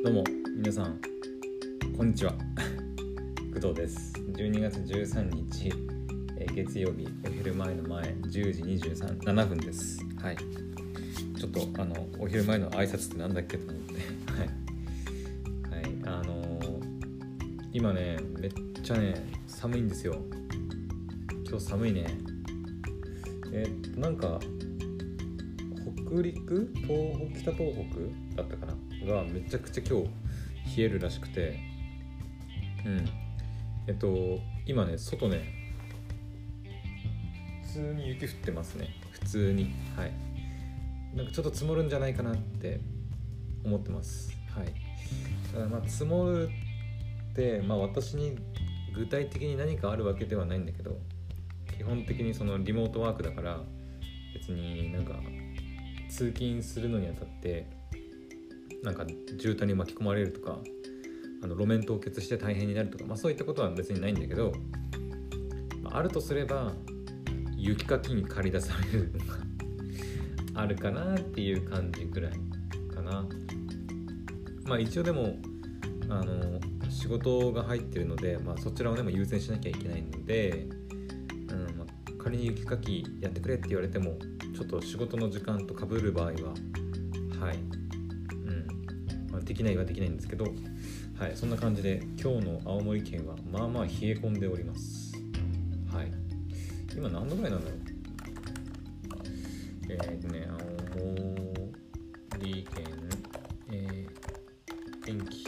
どうも皆さんこんにちは工藤です。12月13日、月曜日お昼前の10時7分です。はい、ちょっとお昼前の挨拶ってなんだっけと思ってはい、今ねめっちゃね寒いんですよ。今日寒いね。なんか北陸北東北だったかながめちゃくちゃ今日冷えるらしくて、今ね外ね普通に雪降ってますね。普通に、はい、なんかちょっと積もるんじゃないかなって思ってます。はい。だから積もるって私に具体的に何かあるわけではないんだけど、基本的にそのリモートワークだから別になんか通勤するのにあたってなんか渋滞に巻き込まれるとか路面凍結して大変になるとか、そういったことは別にないんだけど、あるとすれば雪かきに駆り出されるのがあるかなっていう感じぐらいかな。一応でも仕事が入ってるので、そちらをね優先しなきゃいけないので、仮に雪かきやってくれって言われてもちょっと仕事の時間と被る場合はできないはできないんですけど、そんな感じで今日の青森県は冷え込んでおります。はい。今何度ぐらいなんだろう。青森県、天気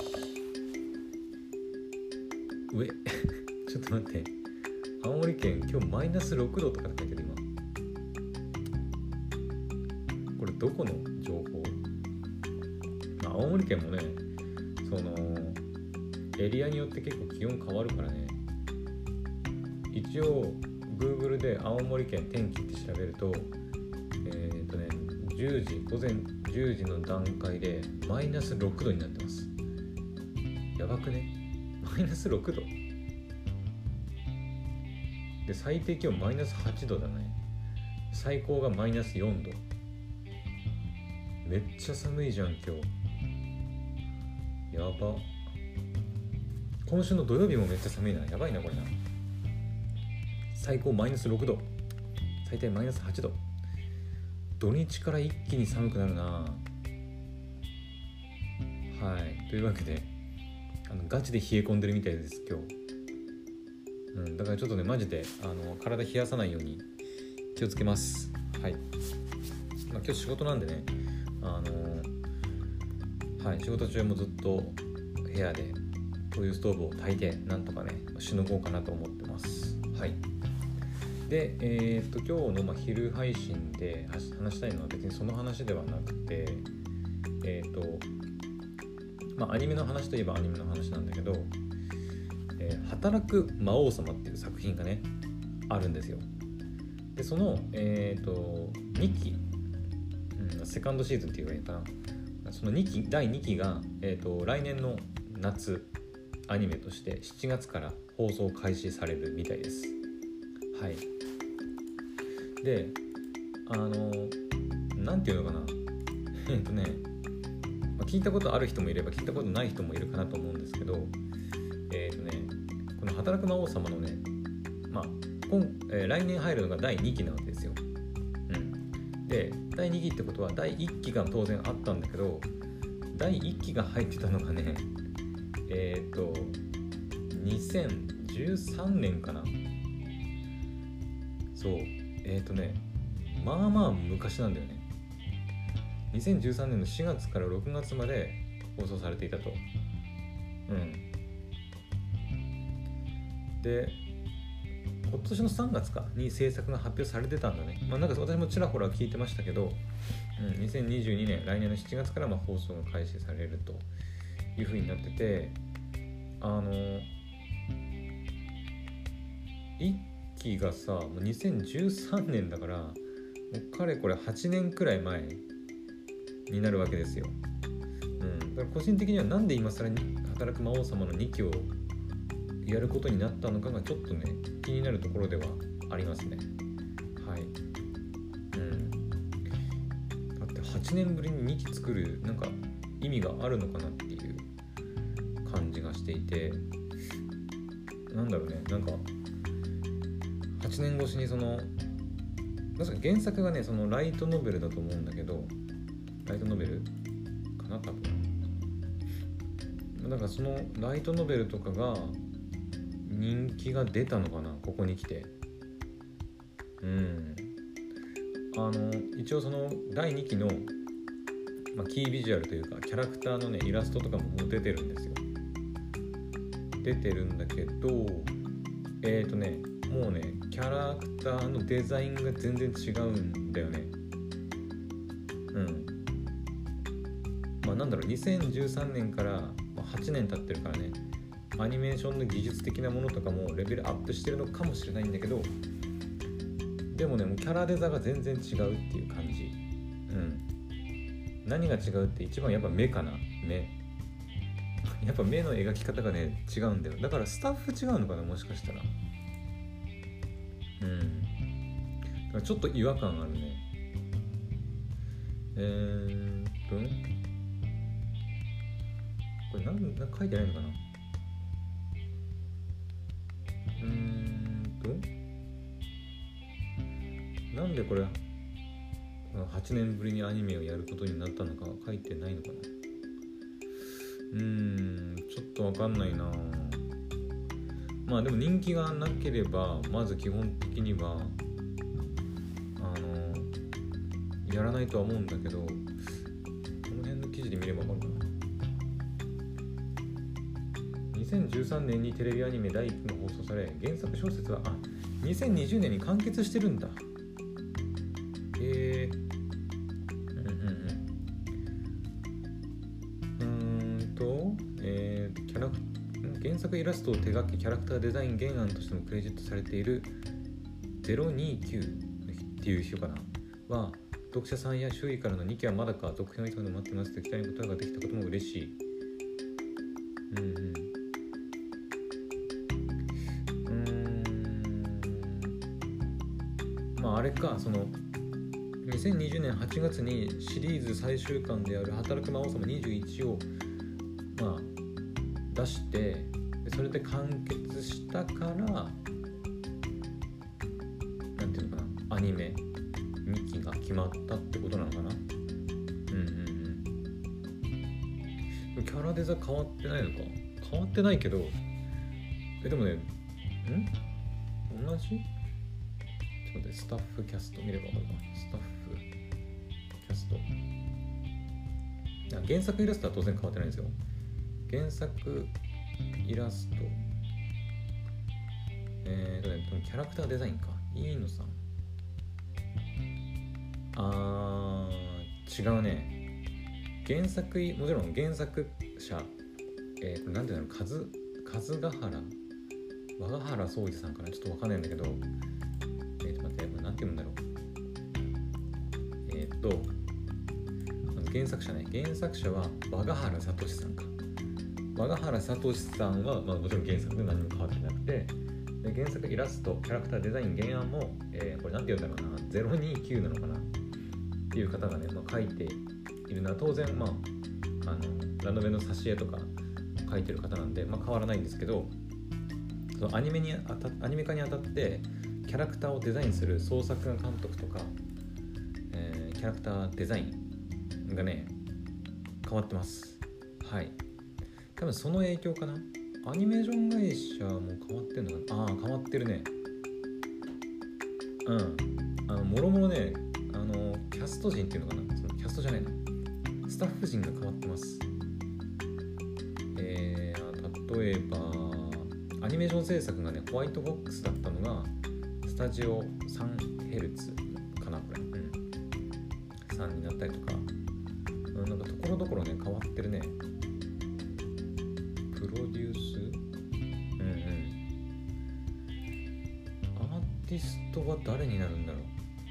上ちょっと待って、青森県今日マイナス6度とかって書いてる。今これどこの情報？青森県もねそのエリアによって結構気温変わるからね。一応 Google で青森県天気って調べると午前10時の段階でマイナス6度になってます。やばくね？マイナス6度で最低気温マイナス8度だね。最高がマイナス4度。めっちゃ寒いじゃん今日。やば。今週の土曜日もめっちゃ寒いな。やばいなこれな。最高マイナス6度、最低マイナス8度。土日から一気に寒くなるな。はい。というわけでガチで冷え込んでるみたいです今日。だからちょっとねマジで体冷やさないように気をつけます。はい。今日仕事なんでね仕事中もずっと部屋で灯油ストーブを焚いてなんとかねしのごうかなと思ってます。はい。で今日の昼配信で話したいのは別にその話ではなくてアニメの話といえばアニメの話なんだけど、働く魔王様っていう作品がねあるんですよ。でその2期、セカンドシーズンっていうかな、その第2期が、来年の夏アニメとして7月から放送開始されるみたいです。はい。でなんていうのかな聞いたことある人もいれば聞いたことない人もいるかなと思うんですけど、この働く魔王様のね来年入るのが第2期なわけですよ。で第2期ってことは第1期が当然あったんだけど、第1期が入ってたのがね2013年かな。そう昔なんだよね。2013年の4月から6月まで放送されていたと。で今年の3月かに制作が発表されてたんだね。なんか私もちらほら聞いてましたけど、2022年来年の7月から放送が開始されるという風になってて、1期がさもう2013年だからもうかれこれ8年くらい前になるわけですよ。だから個人的にはなんで今更働く魔王様の2期をやることになったのかがちょっとね気になるところではありますね。はい。だって8年ぶりに2期作るなんか意味があるのかなっていう感じがしていて、なんだろうね、なんか8年越しにその確か原作がねそのライトノベルだと思うんだけど、ライトノベルかな多分。だからそのライトノベルとかが人気が出たのかな、ここに来て。一応その第2期の、キービジュアルというかキャラクターのねイラストとかももう出てるんですよ。出てるんだけどもうねキャラクターのデザインが全然違うんだよね。なんだろう、2013年から8年経ってるからね、アニメーションの技術的なものとかもレベルアップしてるのかもしれないんだけど、でもねもうキャラデザが全然違うっていう感じ。何が違うって一番やっぱ目かな。やっぱ目の描き方がね違うんだよ。だからスタッフ違うのかな、もしかしたら。だからちょっと違和感あるね。これなんか書いてないのかな。なんでこれ8年ぶりにアニメをやることになったのか書いてないのかな。ちょっとわかんないな。でも人気がなければまず基本的にはやらないとは思うんだけど、この辺の記事で見ればわかるかな。2013年にテレビアニメ第1期が放送され、原作小説は2020年に完結してるんだ。原作イラストを手掛けキャラクターデザイン原案としてもクレジットされている029っていう人かなは、読者さんや周囲からの2期はまだか、続編を急いで待ってますと期待に応えができたことも嬉しい。あれか、その2020年8月にシリーズ最終巻である働く魔王様21を出して、それで完結したからなんていうのかな、アニメ2期が決まったってことなのかな。キャラデザ変わってないのか。変わってないけどでもね同じ。ちょっと待って、スタッフキャスト見れば分かるかな。スタッフキャスト、原作イラストは当然変わってないんですよ。原作イラストキャラクターデザインか、飯野さん。違うね。原作、もちろん原作者これなんていうの、数ヶ原和ヶ原宗二さんかな、ちょっとわかんないんだけど、待って、これなんていうんだろう。原作者は和ヶ原聡さんか。和ヶ原聡さんは、もちろん原作で何も変わってなくて、で原作イラストキャラクターデザイン原案も、これなんていうんだろうな、029なのかなっていう方がね、書いているのは当然ラノベの挿絵とか書いてる方なんで、変わらないんですけど、そのアニメ化にあたってキャラクターをデザインする創作監督とか、キャラクターデザインがね変わってます。多分その影響かな。アニメーション会社も変わってんのかな。変わってるね。もろもろね、キャスト陣っていうのかな、そのキャストじゃないな、スタッフ陣が変わってます。例えばアニメーション制作がねホワイトボックスだったのがスタジオ 3Hz かな、これ、3になったりとか、なんかところどころね変わってるね。プロデュース、アーティストは誰になるんだろう。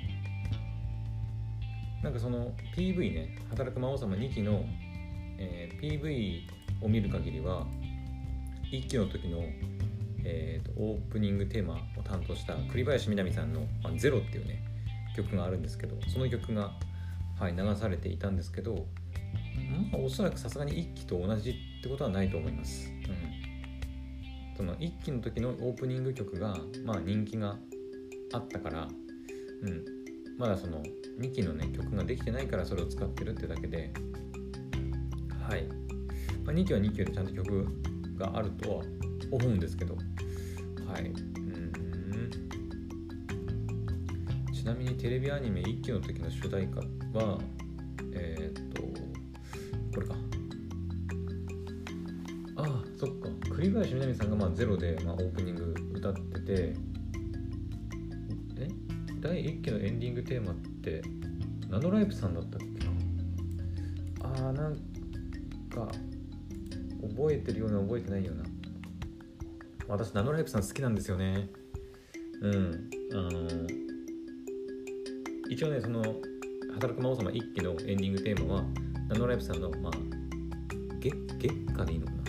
なんかその PV ね、働く魔王様2期の、PV を見る限りは1期の時の、オープニングテーマを担当した栗林みなみさんのゼロっていうね曲があるんですけど、その曲が、流されていたんですけど、 おそらくさすがに1期と同じってことはないと思います。その1期の時のオープニング曲が人気があったから、まだその2期のね曲ができてないからそれを使ってるってだけで、はい、2期は2期でちゃんと曲があるとは思うんですけど、はい。ちなみにテレビアニメ1期の時の主題歌はこれか。そっか。栗林みなみさんがゼロでオープニング歌ってて、第1期のエンディングテーマってナノライブさんだったっけな。なんか覚えてるような覚えてないような。私ナノライブさん好きなんですよね。一応ね、その働く魔王様1期のエンディングテーマはナノライブさんの月下でいいのかな、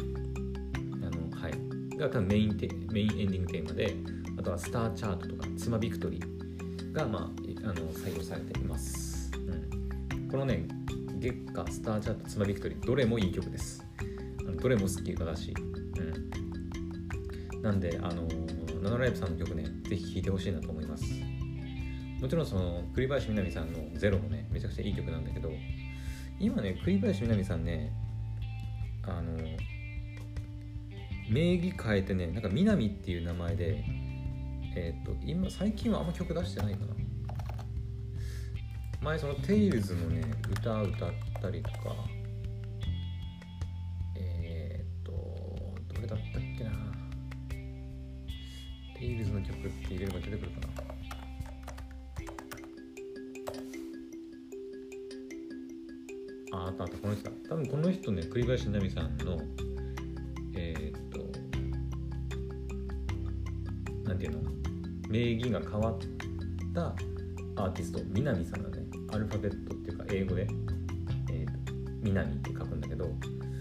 が多分メインエンディングテーマで、あとはスターチャートとかツマビクトリーが採用されています。このね月下、スターチャート、ツマビクトリーどれもいい曲です。どれも好きだし、なんでナノライブさんの曲ねぜひ聴いてほしいなと思います。もちろんその栗林みなみさんのゼロもねめちゃくちゃいい曲なんだけど、今ね栗林みなみさんね名義変えてね、なんかみなみっていう名前で今最近はあんま曲出してないかな。前そのテイルズのね歌ったりとか、どれだったっけな、テイルズの曲って入れれば出てくるかな。あったこの人だ。多分この人ね栗林みなみさんのなんていうの、名義が変わったアーティストみなみさんだね。アルファベットっていうか英語でみなみって書くんだけど、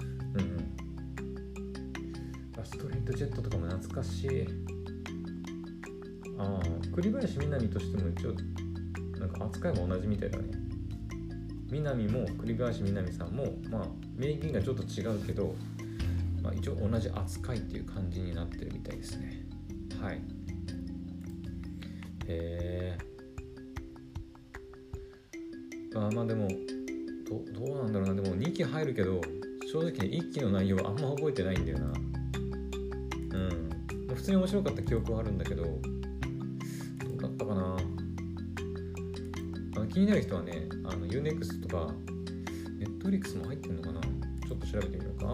ストレートジェットとかも懐かしい。栗林みなみとしても一応なんか扱いも同じみたいだね。みなみも栗林みなみさんも名義がちょっと違うけど、一応同じ扱いっていう感じになってるみたいですね。はい。でもどうなんだろうな。でも2期入るけど正直1期の内容はあんま覚えてないんだよな。普通に面白かった記憶はあるんだけど、どうだったかな。気になる人はねUnext とか Netflix も入ってんのかな、ちょっと調べてみようか。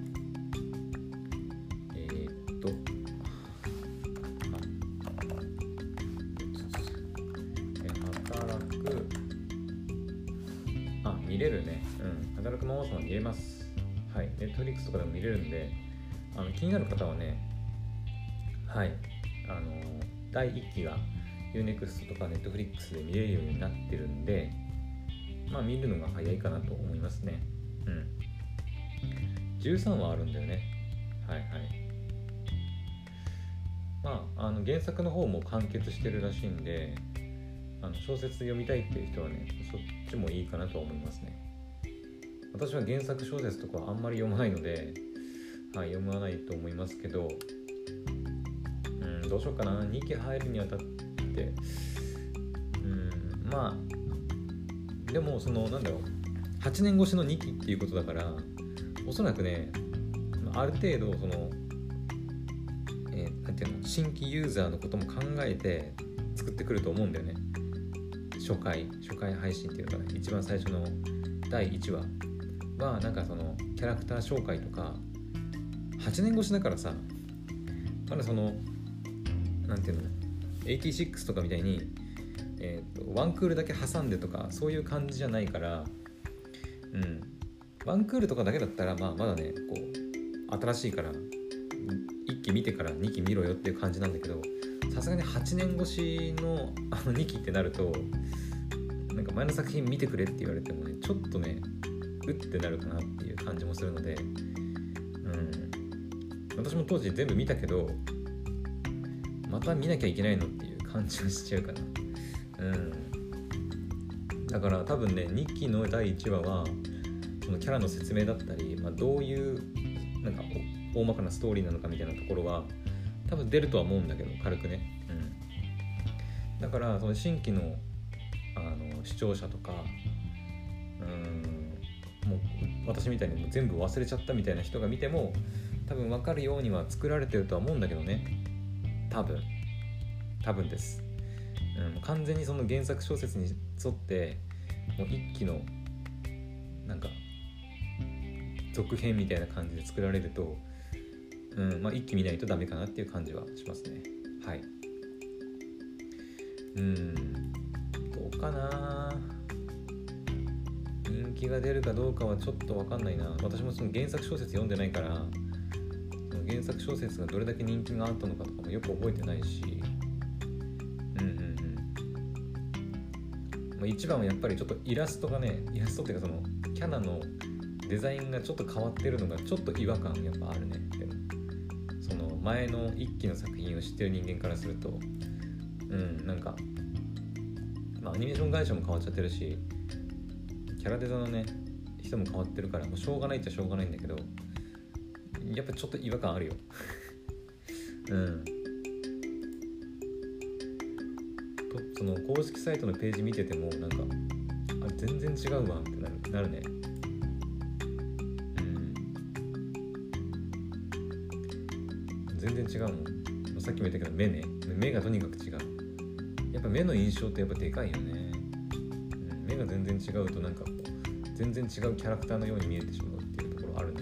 見れるね。働く魔王様見れます。はい。Netflix とかでも見れるんで、気になる方はね、はい。第1期が Unext とか Netflix で見れるようになってるんで、見るのが早いかなと思いますね。13話あるんだよね。はいはい。原作の方も完結してるらしいんで、小説読みたいっていう人はねそっちもいいかなと思いますね。私は原作小説とかあんまり読まないので、読まないと思いますけど、どうしようかな。2期入るにあたってでもその8年越しの2期っていうことだから、おそらくねある程度そのなんていうの、新規ユーザーのことも考えて作ってくると思うんだよね。初回配信っていうのがね、一番最初の第1話はなんかそのキャラクター紹介とか、8年越しだからさ、まだそのなんていうの、86とかみたいにワンクールだけ挟んでとかそういう感じじゃないから、ワンクールとかだけだったらまだねこう新しいから1期見てから2期見ろよっていう感じなんだけど、さすがに8年越しの2期ってなると、なんか前の作品見てくれって言われてもねちょっとねうってなるかなっていう感じもするので、私も当時全部見たけどまた見なきゃいけないのっていう感じがしちゃうかな。だから多分ね2期の第1話はそのキャラの説明だったり、どういうなんか大まかなストーリーなのかみたいなところは多分出るとは思うんだけど、軽くね、だからその新規の視聴者とかもう私みたいにもう全部忘れちゃったみたいな人が見ても多分分かるようには作られてるとは思うんだけどね。多分です、完全にその原作小説に沿ってもう一気のなんか続編みたいな感じで作られると、一気見ないとダメかなっていう感じはしますね。はい。どうかな、人気が出るかどうかはちょっと分かんないな。私もその原作小説読んでないから、その原作小説がどれだけ人気があったのかとかもよく覚えてないし、一番はやっぱりちょっとイラストっていうかそのキャラのデザインがちょっと変わってるのがちょっと違和感やっぱあるね。でもその前の一期の作品を知ってる人間からするとなんかアニメーション会社も変わっちゃってるし、キャラデザのね人も変わってるからもうしょうがないっちゃしょうがないんだけど、やっぱちょっと違和感あるよその公式サイトのページ見ててもなんか全然違うわってなるね。全然違うもん。さっきも言ったけど目がとにかく違う。やっぱ目の印象ってやっぱでかいよね。目が全然違うとなんか全然違うキャラクターのように見えてしまうっていうところあるね。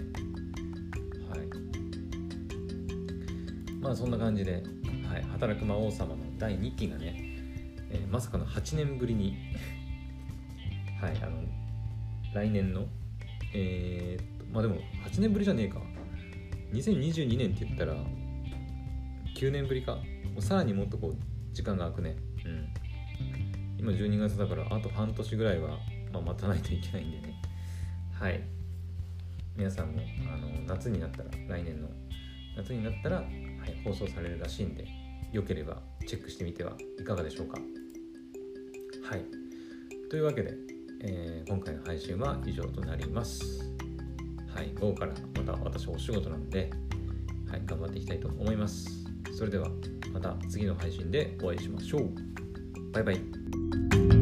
はい。そんな感じで、働く魔王様の第2期がね、まさかの8年ぶりに来年のでも8年ぶりじゃねえか、2022年って言ったら9年ぶりか。もうさらにもっとこう時間が空くね。今12月だからあと半年ぐらいは、待たないといけないんでね。はい。皆さんも夏になったら放送されるらしいんで、よければチェックしてみてはいかがでしょうか。はい。というわけで、今回の配信は以上となります。はい。午後からまた私お仕事なので、頑張っていきたいと思います。それではまた次の配信でお会いしましょう。バイバイ。